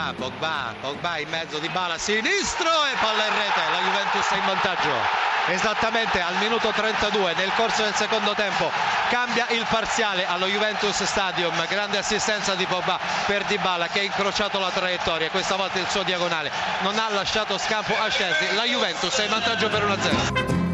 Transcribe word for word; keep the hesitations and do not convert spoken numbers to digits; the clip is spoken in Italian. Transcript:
Pogba, Pogba, Pogba in mezzo, Dybala sinistro e palla in rete, la Juventus è in vantaggio. Esattamente al minuto trentadue nel corso del secondo tempo cambia il parziale allo Juventus Stadium, grande assistenza di Pogba per Dybala che ha incrociato la traiettoria, questa volta il suo diagonale non ha lasciato scampo a Szczęsny, la Juventus è in vantaggio per uno a zero.